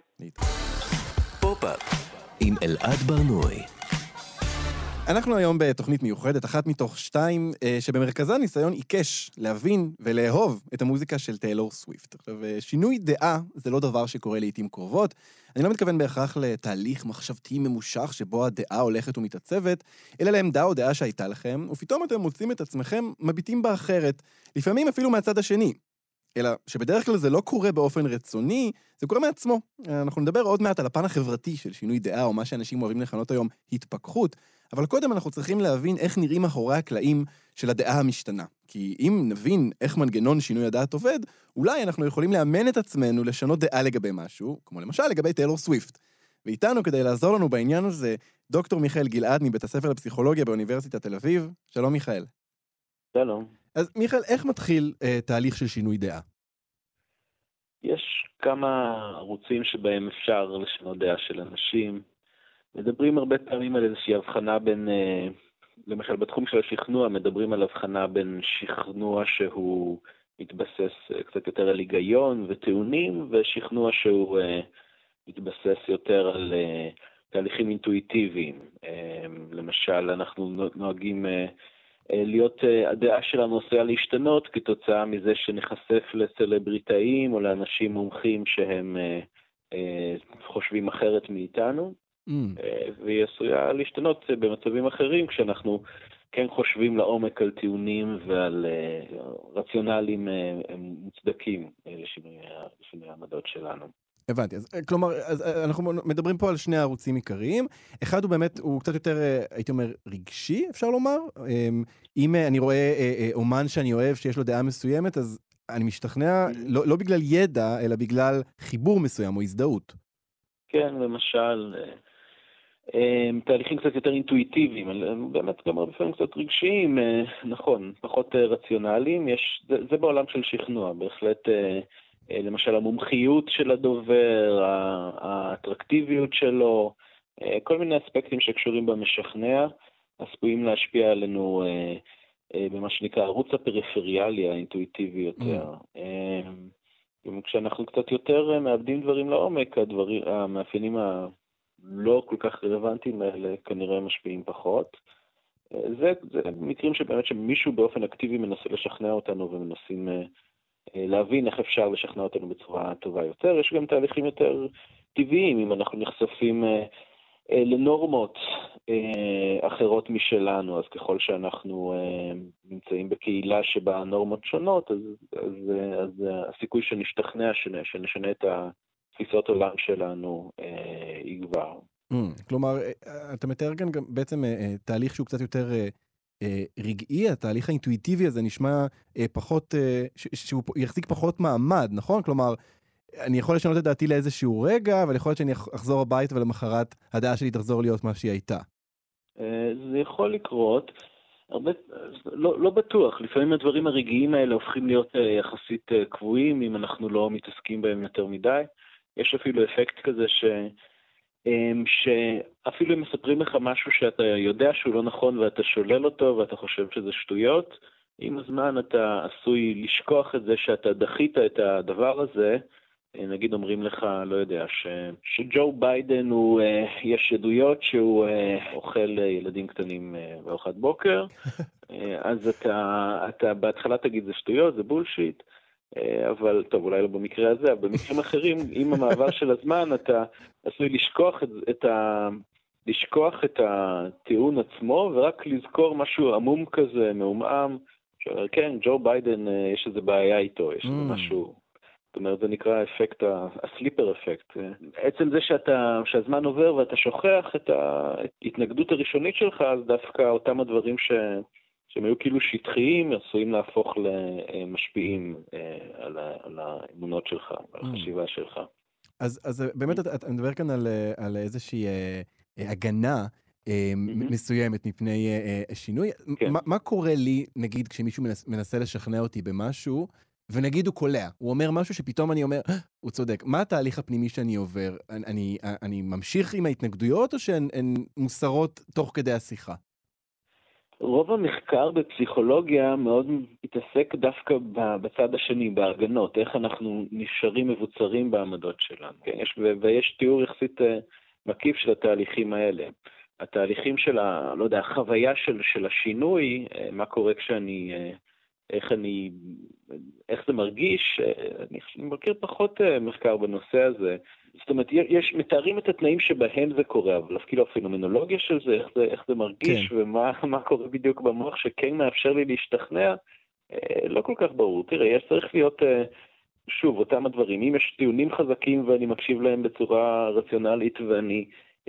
פופ-אפ עם אלעד ברנועי. אנחנו היום בתוכנית מיוחדת, אחת מתוך שתיים, שבמרכזה ניסיון עיקש להבין ולאהוב את המוזיקה של טיילור סוויפט. עכשיו, שינוי דעה זה לא דבר שקורה לעתים קרובות. אני לא מתכוון בהכרח לתהליך מחשבתי ממושך שבו הדעה הולכת ומתעצבת, אלא לעמדה או דעה שהייתה לכם, ופתאום אתם מוצאים את עצמכם מביטים בה אחרת, לפעמים אפילו מהצד השני. אלא שבדרך כלל זה לא קורה באופן רצוני, זה קורה מעצמו. אנחנו נדבר עוד מעט על הפן החברתי של שינוי דעה, או מה שאנשים אוהבים לכנות היום התפכחות, אבל קודם אנחנו צריכים להבין איך נראים מאחורי הקלעים של הדעה המשתנה. כי אם נבין איך מנגנון שינוי הדעת עובד, אולי אנחנו יכולים לאמן את עצמנו לשנות דעה לגבי משהו, כמו למשל לגבי טיילור סוויפט. ואיתנו כדי לעזור לנו בעניין הזה, דוקטור מיכאל גלעד מבית הספר לפסיכולוגיה באוניברסיטת תל אביב. שלום מיכאל. שלום. אז מיכאל, איך מתחיל אה, תהליך של שינוי דעה? יש כמה ערוצים שבהם אפשר לשנות דעה של אנשים. מדברים הרבה פעמים על איזושהי הבחנה בין, למשל בתחום של השכנוע, מדברים על הבחנה בין שכנוע שהוא מתבסס קצת יותר על היגיון וטיעונים, ושכנוע שהוא מתבסס יותר על תהליכים אינטואיטיביים. למשל, אנחנו נוהגים להיות, הדעה שלנו עושה להשתנות כתוצאה מזה שנחשף לסלבריטאים או לאנשים מומחים שהם חושבים אחרת מאיתנו, mm. והיא עשויה להשתנות במצבים אחרים כשאנחנו כן חושבים לעומק על טיעונים ועל רציונלים מוצדקים לשינוי העמדות שלנו. הבנתי, אז כלומר, אז אנחנו מדברים פה על שני ערוצים עיקריים. אחד הוא באמת, הוא קצת יותר, הייתי אומר, רגשי, אפשר לומר. אם אני רואה אומן שאני אוהב שיש לו דעה מסוימת, אז אני משתכנע לא, לא בגלל ידע, אלא בגלל חיבור מסוים או הזדהות. כן, למשל, תהליכים קצת יותר אינטואיטיביים, באמת גם לפעמים קצת רגשיים, נכון, פחות רציונליים. יש, זה, זה בעולם של שכנוע, בהחלט, למשל המומחיות של הדובר, האטרקטיביות שלו, כל מיני אספקטים שקשורים במשכנע, עשויים להשפיע עלינו במה שנקרא ערוץ הפריפריאלי האינטואיטיבי יותר. כשאנחנו קצת יותר מאבדים דברים לעומק, הדברים, המאפיינים הלא כל כך רלוונטיים האלה כנראה משפיעים פחות. זה, זה מקרים שבאמת שמישהו באופן אקטיבי מנסה לשכנע אותנו ומנסים להבין איך אפשר לשכנע אותנו בצורה טובה יותר. יש גם תהליכים יותר טבעיים, אם אנחנו נחשפים לנורמות אחרות משלנו, אז ככל שאנחנו נמצאים בקהילה שבה הנורמות שונות, אז, אז, אז הסיכוי שנשתכנע, שנשנה את התפיסות עולם שלנו יגבר. כלומר, אתה מתאר כאן גם בעצם תהליך שהוא קצת יותר רגעי, התהליך האינטואיטיבי הזה נשמע פחות, שהוא יחזיק פחות מעמד, נכון? כלומר, אני יכול לשנות את דעתי לאיזשהו רגע, אבל יכול להיות שאני אחזור הבית ולמחרת הדעה שלי תחזור להיות מה שהיא הייתה. זה יכול לקרות, הרבה, לא, לא בטוח. לפעמים הדברים הרגעיים האלה הופכים להיות יחסית קבועים, אם אנחנו לא מתעסקים בהם יותר מדי. יש אפילו אפקט כזה ש... שאפילו אם מספרים לך משהו שאתה יודע שהוא לא נכון ואתה שולל אותו ואתה חושב שזה שטויות, עם הזמן אתה עשוי לשכוח את זה שאתה דחית את הדבר הזה. נגיד אומרים לך, לא יודע, ש... שג'ו ביידן הוא, יש עדויות שהוא אוכל ילדים קטנים בארוחת בוקר, אז אתה, אתה בהתחלה תגיד זה שטויות, זה בולשיט, אבל טוב, אולי לא במקרה הזה, אבל במקרים אחרים, עם המעבר של הזמן, אתה עשוי לשכוח את, את ה... לשכוח את הטיעון עצמו, ורק לזכור משהו עמום כזה, מעומעם, שאומר, כן, ג'ו ביידן, יש איזו בעיה איתו, יש איזה משהו... זאת אומרת, זה נקרא אפקט, הסליפר אפקט. עצם זה שאתה, שהזמן עובר ואתה שוכח את ההתנגדות הראשונית שלך, אז דווקא אותם הדברים ש, שהם היו כאילו שטחיים, עשויים להפוך למשפיעים על, על האמונות שלך, על החשיבה שלך. אז, אז באמת אתה מדבר כאן על, על איזושהי הגנה מסוימת מפני שינוי. כן. מה, מה קורה לי, נגיד, כשמישהו מנסה לשכנע אותי במשהו, ונגיד הוא קולע, הוא אומר משהו שפתאום אני אומר, הוא צודק. מה התהליך הפנימי שאני עובר? אני, אני ממשיך עם ההתנגדויות, או שהן מוסרות תוך כדי השיחה? רוב המחקר בפסיכולוגיה מאוד מתעסק דווקא בצד השני, בהגנות, איך אנחנו נשארים מבוצרים בעמדות שלנו. כן? יש, ויש תיאור יחסית מקיף של התהליכים האלה. התהליכים של, ה, לא יודע, החוויה של, של השינוי, מה קורה כשאני... איך אני, איך זה מרגיש, אני מכיר פחות מחקר בנושא הזה. זאת אומרת, יש, מתארים את התנאים שבהם זה קורה, אבל אפילו הפנומנולוגיה של זה, איך זה, איך זה מרגיש, כן. ומה מה קורה בדיוק במוח שכן מאפשר לי להשתכנע, לא כל כך ברור. תראה, יש צריך להיות, שוב, אותם הדברים. אם יש טיעונים חזקים ואני מקשיב להם בצורה רציונלית, ואני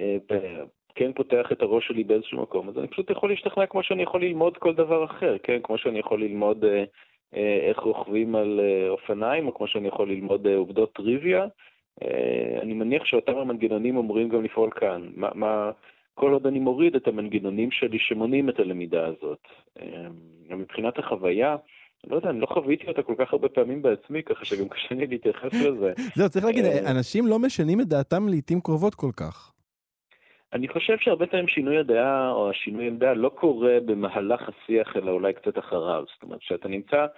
כן פותח את הראש שלי באיזשהו מקום, אז אני פשוט יכול להשתכנע כמו שאני יכול ללמוד כל דבר אחר, כן? כמו שאני יכול ללמוד אה, אה, איך רוכבים על אה, אופניים, או כמו שאני יכול ללמוד אה, עובדות טריוויה. אה, אני מניח שאותם המנגנונים אמורים גם לפעול כאן. מה, מה, כל עוד אני מוריד את המנגנונים שלי שמונים את הלמידה הזאת. אה, מבחינת החוויה, לא יודע, אני לא חוויתי אותה כל כך הרבה פעמים בעצמי, ככה שגם קשה לי להתייחס לזה. זהו, צריך להגיד, אה, אנשים לא משנים את דעתם לעתים קרובות כל כך. אני חושב שהרבה פעמים שינוי הדעה או השינוי עמדה לא קורה במהלך השיח, אלא אולי קצת אחריו. זאת אומרת, שאתה נמצא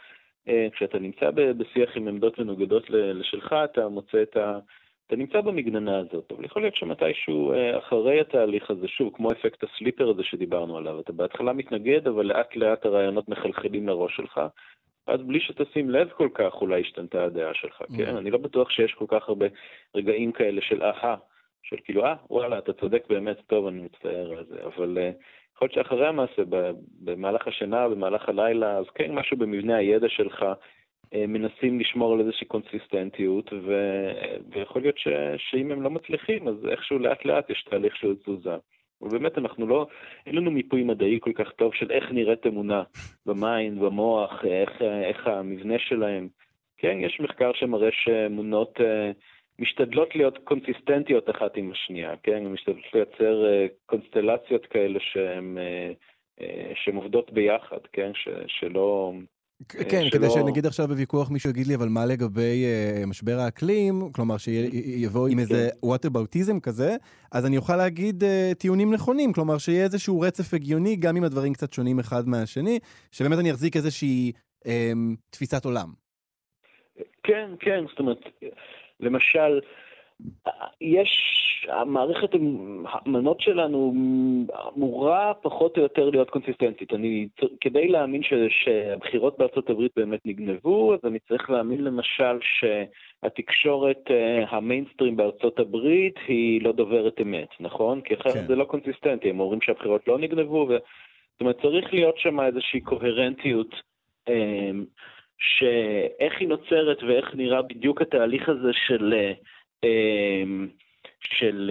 כשאתה נמצא בשיח עם עמדות מנוגדות לשלך, אתה מוצא את ה... אתה נמצא במגננה הזאת, אבל יכול להיות שמתישהו אחרי התהליך הזה, שוב, כמו אפקט הסליפר הזה שדיברנו עליו, אתה בהתחלה מתנגד, אבל לאט לאט הרעיונות מחלחלים לראש שלך, אז בלי שתשים לב כל כך אולי השתנתה הדעה שלך, כן? אני לא בטוח שיש כל כך הרבה רגעים כאלה של אהה, של כאילו, אה, וואלה, אתה צודק באמת, טוב, אני מצטער על זה, אבל יכול להיות שאחרי המעשה, במהלך השינה, במהלך הלילה, אז כן, משהו במבנה הידע שלך, מנסים לשמור על איזושהי קונסיסטנטיות, ו... ויכול להיות ש... שאם הם לא מצליחים, אז איכשהו לאט לאט יש תהליך של תזוזה. ובאמת אנחנו לא, אין לנו מיפוי מדעי כל כך טוב של איך נראית אמונה במיינד, במוח, איך, איך המבנה שלהם. כן, יש מחקר שמראה שאמונות משתדלות להיות קונסיסטנטיות אחת עם השנייה, כן? משתדלות לייצר קונסטלציות כאלה שהן, שהן עובדות ביחד, כן? ש... שלא... כן, כדי שנגיד עכשיו בוויכוח מישהו יגיד לי, אבל מה לגבי משבר האקלים, כלומר שיבוא עם איזה whataboutism כזה, אז אני אוכל להגיד טיעונים נכונים, כלומר שיהיה איזשהו רצף הגיוני, גם אם הדברים קצת שונים אחד מהשני, שבאמת אני אחזיק איזושהי תפיסת עולם. כן, כן, זאת אומרת, למשל, יש, המערכת המנות שלנו אמורה פחות או יותר להיות קונסיסטנטית. אני, כדי להאמין ש, שהבחירות בארצות הברית באמת נגנבו, אז אני צריך להאמין למשל שהתקשורת המיינסטרים בארצות הברית היא לא דוברת אמת, נכון? כי אחרת כן. זה לא קונסיסטנטי, הם אומרים שהבחירות לא נגנבו, ו... זאת אומרת, צריך להיות שם איזושהי קוהרנטיות, שאיך היא נוצרת ואיך נראה בדיוק התהליך הזה של... של,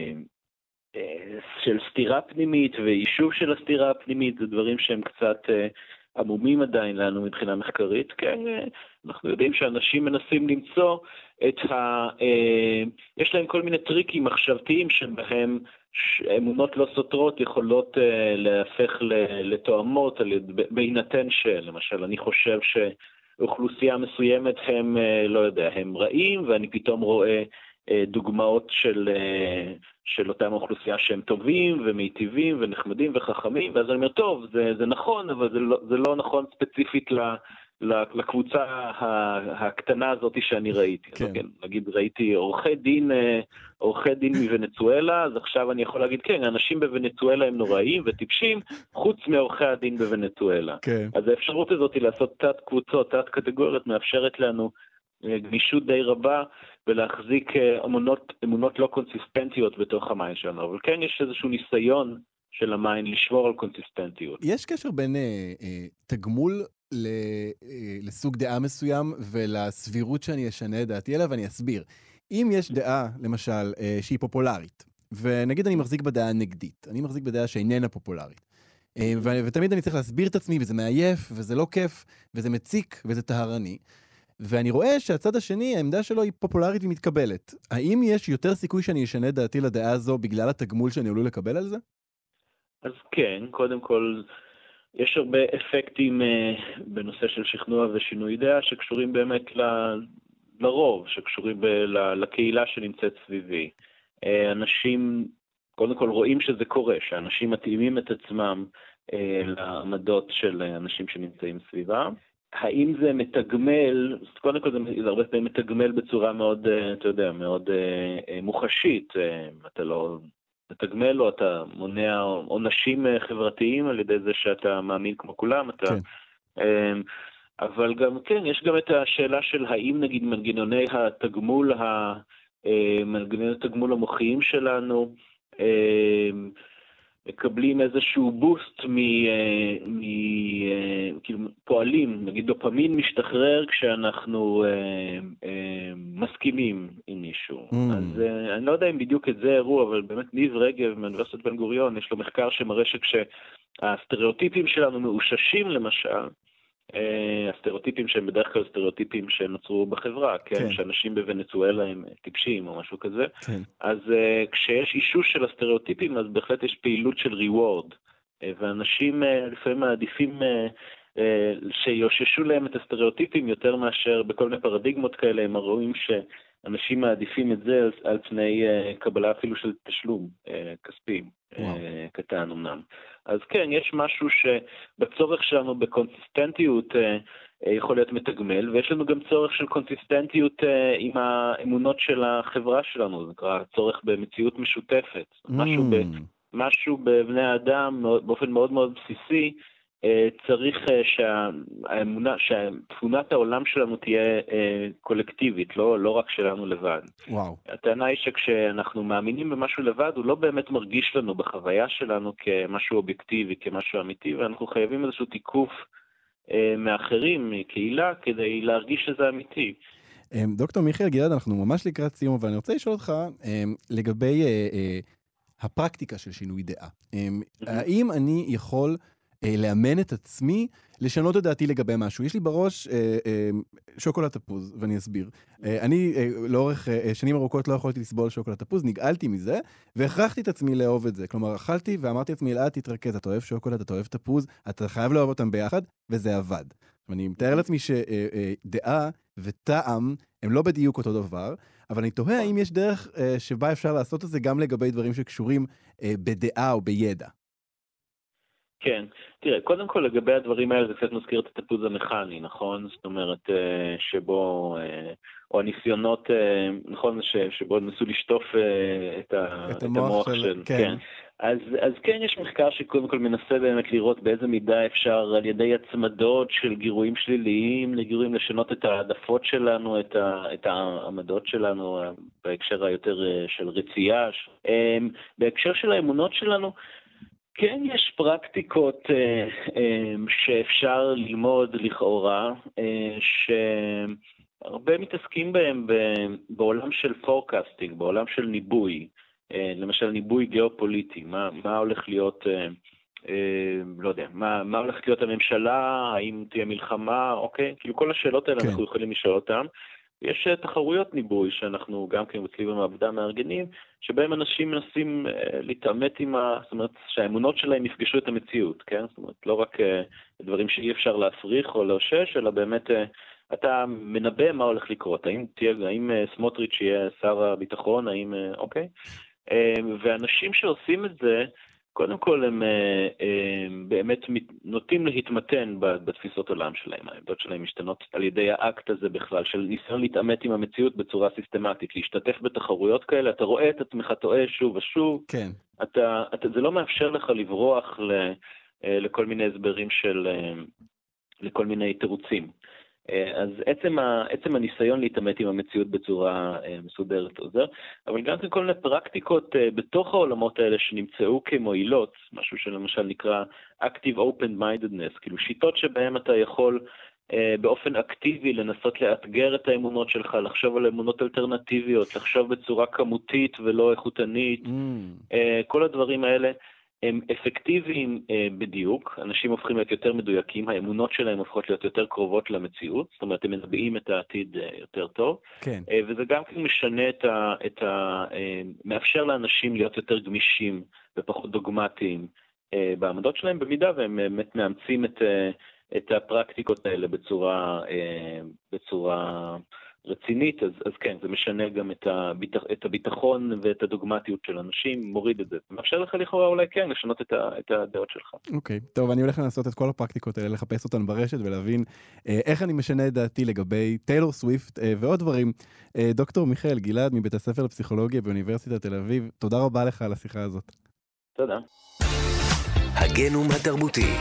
של סתירה פנימית ויישוב של הסתירה הפנימית, זה דברים שהם קצת עמומים עדיין לנו מבחינה מחקרית. כן, אנחנו יודעים שאנשים מנסים למצוא את ה... יש להם כל מיני טריקים מחשבתיים שבהם אמונות לא סותרות יכולות להפך לתואמות בהינתן של, למשל, אני חושב ש... אוכלוסייה מסוימת הם, לא יודע, הם רעים, ואני פתאום רואה דוגמאות של, של אותם אוכלוסייה שהם טובים ומיטיבים ונחמדים וחכמים, ואז אני אומר, טוב, זה, זה נכון, אבל זה לא, זה לא נכון ספציפית ל, ל, לקבוצה הקטנה הזאת שאני ראיתי. כן. אז, כן, נגיד, ראיתי עורכי דין, עורכי דין מוונצואלה, אז עכשיו אני יכול להגיד, כן, האנשים בוונצואלה הם נוראים וטיפשים, חוץ מעורכי הדין בוונצואלה. כן. אז האפשרות הזאת היא לעשות תת קבוצות, תת קטגוריות, מאפשרת לנו גמישות די רבה, ולהחזיק אמונות, אמונות לא קונסיסטנטיות בתוך המיינד שלנו. אבל כן, יש איזשהו ניסיון של המיינד לשמור על קונסיסטנטיות. יש קשר בין אה, אה, תגמול ל, אה, לסוג דעה מסוים, ולסבירות שאני אשנה דעתי אליו, ואני אסביר. אם יש דעה, למשל, אה, שהיא פופולרית, ונגיד אני מחזיק בדעה הנגדית, אני מחזיק בדעה שאיננה פופולרית, אה, ו- ותמיד אני צריך להסביר את עצמי, וזה מעייף, וזה לא כיף, וזה מציק, וזה טהרני, ואני רואה שהצד השני, העמדה שלו היא פופולרית ומתקבלת. האם יש יותר סיכוי שאני אשנה דעתי לדעה הזו בגלל התגמול שאני עלול לקבל על זה? אז כן, קודם כל, יש הרבה אפקטים אה, בנושא של שכנוע ושינוי דעה, שקשורים באמת ל... לרוב, שקשורים ב... ל... לקהילה שנמצאת סביבי. אה, אנשים, קודם כל, רואים שזה קורה, שאנשים מתאימים את עצמם אה, לעמדות של אנשים שנמצאים סביבה. האם זה מתגמל, קודם כל זה הרבה פעמים מתגמל בצורה מאוד, אתה יודע, מאוד מוחשית, אתה לא מתגמל או אתה מונע עונשים חברתיים על ידי זה שאתה מאמין כמו כולם, אתה... כן. אבל גם, כן, יש גם את השאלה של האם נגיד מנגנוני התגמול, מנגנוני התגמול המוחיים שלנו, מקבלים איזשהו בוסט מ... מ... כאילו פועלים, נגיד דופמין משתחרר כשאנחנו אה, אה, מסכימים עם מישהו. Mm. אז אה, אני לא יודע אם בדיוק את זה הראו, אבל באמת ניב רגב מאוניברסיטת בן גוריון, יש לו מחקר שמראה שכשהסטריאוטיפים שלנו מאוששים למשל, הסטריאוטיפים שהם בדרך כלל סטריאוטיפים שנוצרו בחברה, כן? כן. שאנשים בוונצואלה הם טיפשים או משהו כזה. כן. אז uh, כשיש אישוש של הסטריאוטיפים, אז בהחלט יש פעילות של ריוורד, uh, ואנשים uh, לפעמים מעדיפים uh, uh, שיוששו להם את הסטריאוטיפים יותר מאשר בכל מיני פרדיגמות כאלה, הם רואים שאנשים מעדיפים את זה על, על פני uh, קבלה אפילו של תשלום uh, כספי uh, קטן אמנם. אז כן, יש משהו שבצורך שלנו בקונסיסטנטיות יכול להיות מתגמל, ויש לנו גם צורך של קונסיסטנטיות עם האמונות של החברה שלנו, זה נקרא צורך במציאות משותפת, mm. משהו, ב, משהו בבני האדם באופן מאוד מאוד בסיסי, צריך שהאמונה, שתמונת העולם שלנו תהיה קולקטיבית, לא, לא רק שלנו לבד. וואו. הטענה היא שכשאנחנו מאמינים במשהו לבד, הוא לא באמת מרגיש לנו בחוויה שלנו כמשהו אובייקטיבי, כמשהו אמיתי, ואנחנו חייבים איזשהו תיקוף מאחרים, מקהילה, כדי להרגיש שזה אמיתי. דוקטור מיכאל גלעד, אנחנו ממש לקראת סיום, אבל אני רוצה לשאול אותך לגבי הפרקטיקה של שינוי דעה. האם אני יכול לאמן את עצמי לשנות את דעתי לגבי משהו? יש לי בראש שוקולד תפוז, ואני אסביר. אני לאורך שנים ארוכות לא יכולתי לסבול שוקולד תפוז, נגעלתי מזה, והכרחתי את עצמי לאהוב את זה. כלומר, אכלתי ואמרתי לעצמי, אלעד, תתרכז, אתה אוהב שוקולד, אתה אוהב תפוז, אתה חייב לאהוב אותם ביחד, וזה עבד. ואני מתאר לעצמי שדעה וטעם הם לא בדיוק אותו דבר, אבל אני תוהה האם יש דרך שבה אפשר לעשות את זה גם לגבי דברים שקשורים בדעה או בידע. כן, תראה, קודם כל לגבי הדברים האלה זה קצת מזכיר את התפוז המכני, נכון? זאת אומרת, שבו, או הניסיונות, נכון, שבו נסו לשטוף את, ה, את המוח של... של כן. כן. אז, אז כן, יש מחקר שקודם כל מנסה באמת לראות באיזה מידה אפשר על ידי הצמדות של גירויים שליליים לגירויים לשנות את העדפות שלנו, את, ה, את העמדות שלנו בהקשר היותר של רצייה. בהקשר של האמונות שלנו, כן, יש פרקטיקות אה, אה, שאפשר ללמוד לכאורה, אה, שהרבה מתעסקים בהם בעולם של פורקאסטינג, בעולם של ניבוי, אה, למשל ניבוי גיאופוליטי, מה, מה הולך להיות, אה, אה, לא יודע, מה, מה הולך להיות הממשלה, האם תהיה מלחמה, אוקיי? כאילו כל השאלות האלה כן. אנחנו יכולים לשאול אותם. יש תחרויות ניבוי שאנחנו גם כן אצלי במעבדה מארגנים, שבהם אנשים מנסים להתעמת עם ה... זאת אומרת, שהאמונות שלהם יפגשו את המציאות, כן? זאת אומרת, לא רק דברים שאי אפשר להפריך או לאושש, אלא באמת אתה מנבא מה הולך לקרות. האם תהיה, האם סמוטריץ' יהיה שר הביטחון, האם... אוקיי? ואנשים שעושים את זה, קודם כל הם, הם באמת נוטים להתמתן בתפיסות עולם שלהם. העמדות שלהם משתנות על ידי האקט הזה בכלל, של ניסיון להתעמת עם המציאות בצורה סיסטמטית, להשתתף בתחרויות כאלה, אתה רואה את עצמך טועה שוב ושוב, כן. אתה, אתה, זה לא מאפשר לך לברוח ל, לכל מיני הסברים של, לכל מיני תירוצים. אז עצם, ה, עצם הניסיון להתעמת עם המציאות בצורה מסודרת עוזר, אבל גם כל מיני פרקטיקות בתוך העולמות האלה שנמצאו כמועילות, משהו שלמשל נקרא Active Open-Mindedness, כאילו שיטות שבהן אתה יכול באופן אקטיבי לנסות לאתגר את האמונות שלך, לחשוב על אמונות אלטרנטיביות, לחשוב בצורה כמותית ולא איכותנית, mm. כל הדברים האלה הם אפקטיביים אה, בדיוק, אנשים הופכים להיות יותר מדויקים, האמונות שלהם הופכות להיות יותר קרובות למציאות, זאת אומרת, הם מנבאים את העתיד אה, יותר טוב, כן. אה, וזה גם כן משנה את ה... את ה אה, מאפשר לאנשים להיות יותר גמישים ופחות דוגמטיים אה, בעמדות שלהם, במידה והם באמת מאמצים את, אה, את הפרקטיקות האלה בצורה, אה, בצורה רצינית, אז, אז כן, זה משנה גם את, הביטח, את הביטחון ואת הדוגמטיות של אנשים, מוריד את זה. מאפשר לך לכאורה אולי כן, לשנות את, ה, את הדעות שלך. אוקיי, okay. טוב, אני הולך לנסות את כל הפרקטיקות האלה, לחפש אותן ברשת ולהבין אה, איך אני משנה את דעתי לגבי טיילור סוויפט אה, ועוד דברים. אה, דוקטור מיכאל גלעד מבית הספר לפסיכולוגיה באוניברסיטת תל אביב, תודה רבה לך על השיחה הזאת. תודה. הגנום התרבותי.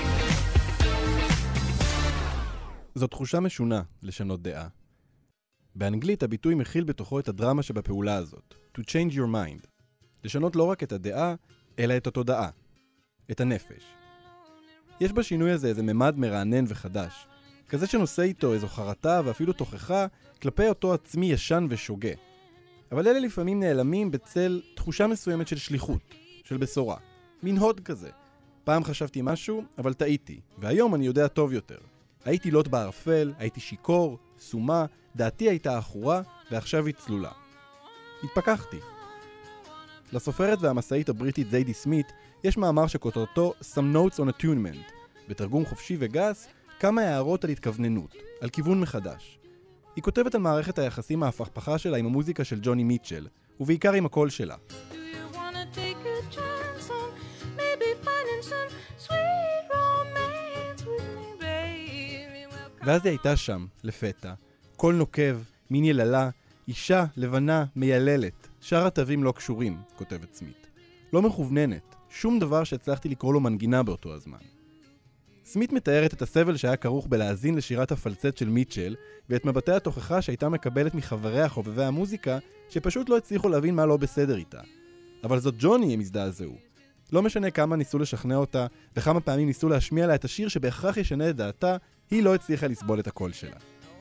זו תחושה משונה לשנות דעה. באנגלית הביטוי מכיל בתוכו את הדרמה שבפעולה הזאת, to change your mind. לשנות לא רק את הדעה, אלא את התודעה, את הנפש. יש בשינוי הזה איזה ממד מרענן וחדש, כזה שנושא איתו איזו חרטה ואפילו תוכחה כלפי אותו עצמי ישן ושוגה. אבל אלה לפעמים נעלמים בצל תחושה מסוימת של שליחות, של בשורה, מין הוד כזה. פעם חשבתי משהו, אבל טעיתי, והיום אני יודע טוב יותר. הייתי לוט בערפל, הייתי שיקור, סומה, דעתי הייתה אחורה, ועכשיו היא צלולה. התפכחתי. לסופרת והמסעית הבריטית זיידי סמית יש מאמר שכותרתו Some Notes on Attunement, בתרגום חופשי וגס, כמה הערות על התכווננות, על כיוון מחדש. היא כותבת על מערכת היחסים ההפכפכה שלה עם המוזיקה של ג'וני מיטשל, ובעיקר עם הקול שלה. ואז היא הייתה שם, לפתע. קול נוקב, מין יללה, אישה לבנה מייללת. שאר התווים לא קשורים, כותבת סמית. לא מכווננת, שום דבר שהצלחתי לקרוא לו מנגינה באותו הזמן. סמית מתארת את הסבל שהיה כרוך בלהאזין לשירת הפלצט של מיטשל, ואת מבטי התוכחה שהייתה מקבלת מחבריה חובבי המוזיקה, שפשוט לא הצליחו להבין מה לא בסדר איתה. אבל זאת ג'וני הם הזדעזעו. לא משנה כמה ניסו לשכנע אותה, וכמה פעמים ניסו להשמיע לה את השיר שבהכרח ישנה את דעתה, היא לא הצליחה לסבול את הקול שלה.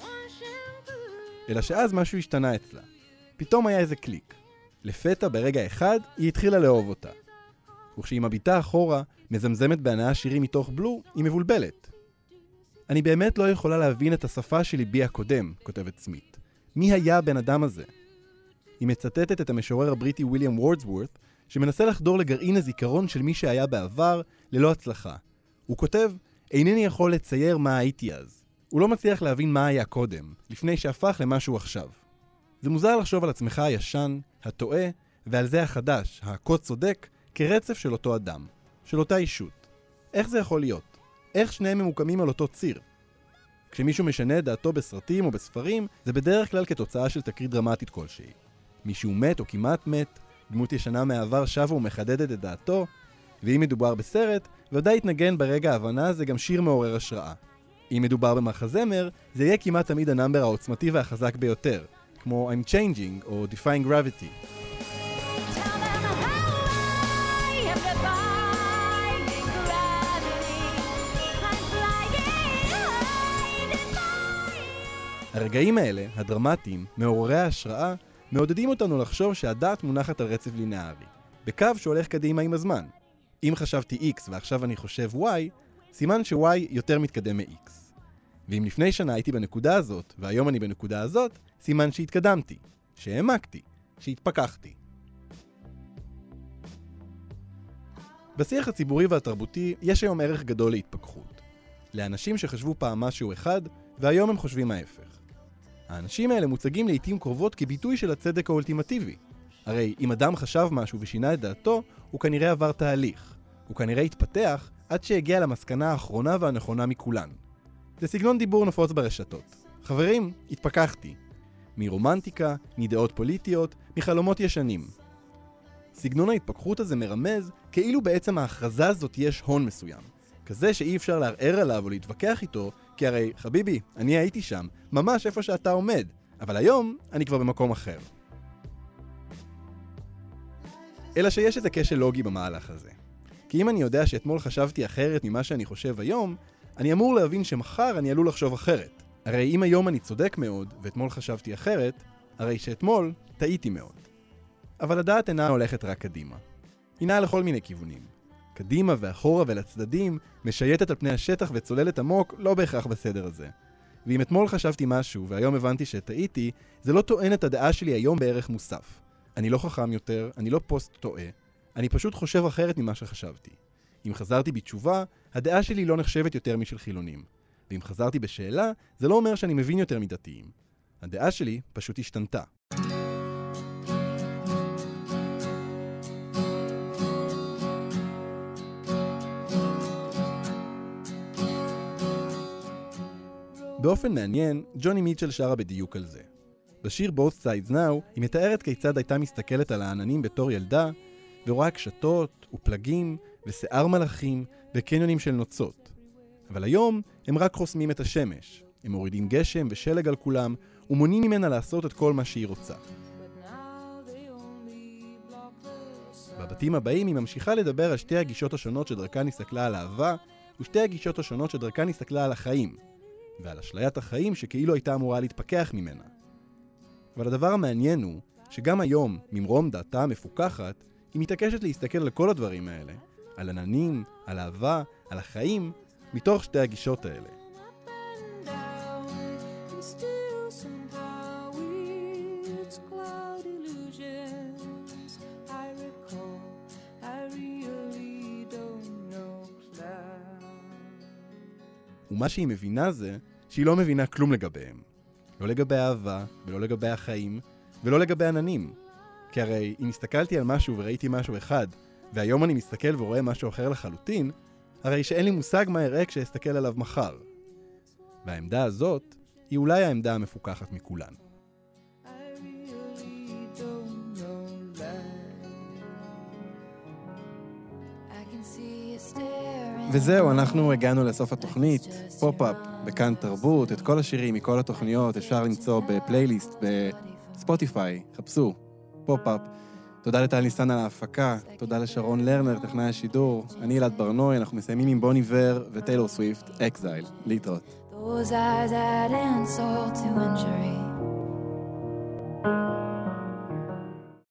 אלא שאז משהו השתנה אצלה. פתאום היה איזה קליק. לפתע ברגע אחד היא התחילה לאהוב אותה. וכשהיא מביטה אחורה, מזמזמת בהנאה שירים מתוך בלו, היא מבולבלת. אני באמת לא יכולה להבין את השפה של ליבי הקודם, כותבת סמית. מי היה הבן אדם הזה? היא מצטטת את המשורר הבריטי וויליאם וורדסוורת' שמנסה לחדור לגרעין הזיכרון של מי שהיה בעבר ללא הצלחה. הוא כותב, אינני יכול לצייר מה הייתי אז. הוא לא מצליח להבין מה היה קודם, לפני שהפך למשהו עכשיו. זה מוזר לחשוב על עצמך הישן, הטועה, ועל זה החדש, הכה צודק, כרצף של אותו אדם, של אותה אישות. איך זה יכול להיות? איך שניהם ממוקמים על אותו ציר? כשמישהו משנה את דעתו בסרטים או בספרים, זה בדרך כלל כתוצאה של תקרית דרמטית כלשהי. מישהו מת או כמעט מת, דמות ישנה מהעבר שבה ומחדדת את דעתו, ואם מדובר בסרט, ודאי יתנגן ברגע ההבנה הזה גם שיר מעורר השראה. אם מדובר במחזמר, זה יהיה כמעט תמיד הנאמבר העוצמתי והחזק ביותר, כמו I'm Changing או Defying Gravity. הרגעים האלה, הדרמטיים, מעוררי ההשראה, מעודדים אותנו לחשוב שהדעת מונחת על רצף לינארי, בקו שהולך קדימה עם הזמן. אם חשבתי X ועכשיו אני חושב Y, סימן ש-Y יותר מתקדם מ-X. ואם לפני שנה הייתי בנקודה הזאת, והיום אני בנקודה הזאת, סימן שהתקדמתי, שהעמקתי, שהתפכחתי. בשיח הציבורי והתרבותי יש היום ערך גדול להתפכחות. לאנשים שחשבו פעם משהו אחד, והיום הם חושבים ההפך. האנשים האלה מוצגים לעתים קרובות כביטוי של הצדק האולטימטיבי. הרי אם אדם חשב משהו ושינה את דעתו, הוא כנראה עבר תהליך. הוא כנראה התפתח עד שהגיע למסקנה האחרונה והנכונה מכולן. זה סגנון דיבור נפוץ ברשתות. חברים, התפכחתי. מרומנטיקה, מדעות פוליטיות, מחלומות ישנים. סגנון ההתפכחות הזה מרמז כאילו בעצם ההכרזה הזאת יש הון מסוים. כזה שאי אפשר לערער עליו או להתווכח איתו, כי הרי, חביבי, אני הייתי שם, ממש איפה שאתה עומד, אבל היום אני כבר במקום אחר. אלא שיש איזה כשל לוגי במהלך הזה. כי אם אני יודע שאתמול חשבתי אחרת ממה שאני חושב היום, אני אמור להבין שמחר אני עלול לחשוב אחרת. הרי אם היום אני צודק מאוד, ואתמול חשבתי אחרת, הרי שאתמול טעיתי מאוד. אבל הדעת אינה הולכת רק קדימה. היא נעה לכל מיני כיוונים. קדימה ואחורה ולצדדים, משייטת על פני השטח וצוללת עמוק, לא בהכרח בסדר הזה. ואם אתמול חשבתי משהו והיום הבנתי שטעיתי, זה לא טוען את הדעה שלי היום בערך מוסף. אני לא חכם יותר, אני לא פוסט טועה, אני פשוט חושב אחרת ממה שחשבתי. אם חזרתי בתשובה, הדעה שלי לא נחשבת יותר משל חילונים. ואם חזרתי בשאלה, זה לא אומר שאני מבין יותר מדתיים. הדעה שלי פשוט השתנתה. באופן מעניין, ג'וני מיטשל שרה בדיוק על זה. בשיר Both Sides Now היא מתארת כיצד הייתה מסתכלת על העננים בתור ילדה, ורואה קשתות ופלגים ושיער מלאכים וקניונים של נוצות. אבל היום הם רק חוסמים את השמש. הם מורידים גשם ושלג על כולם ומונים ממנה לעשות את כל מה שהיא רוצה. בבתים הבאים היא ממשיכה לדבר על שתי הגישות השונות שדרכן הסתכלה על אהבה, ושתי הגישות השונות שדרכן הסתכלה על החיים. ועל אשליית החיים שכאילו הייתה אמורה להתפכח ממנה. אבל הדבר המעניין הוא שגם היום, ממרום דעתה המפוקחת, היא מתעקשת להסתכל על כל הדברים האלה, על עננים, על אהבה, על החיים, מתוך שתי הגישות האלה. ומה שהיא מבינה זה שהיא לא מבינה כלום לגביהם. לא לגבי אהבה, ולא לגבי החיים, ולא לגבי עננים. כי הרי אם הסתכלתי על משהו וראיתי משהו אחד, והיום אני מסתכל ורואה משהו אחר לחלוטין, הרי שאין לי מושג מה אראה כשאסתכל עליו מחר. והעמדה הזאת היא אולי העמדה המפוקחת מכולן. וזהו, אנחנו הגענו לסוף התוכנית, פופ-אפ, בכאן תרבות, את כל השירים מכל התוכניות אפשר למצוא בפלייליסט, בספוטיפיי, חפשו, פופ-אפ. תודה לטל ניסן על ההפקה, תודה לשרון לרנר, טכנאי השידור, אני אלעד ברנוי, אנחנו מסיימים עם בוני ור וטיילור סוויפט, אקזייל, להתראות. Those eyes add insult to injury.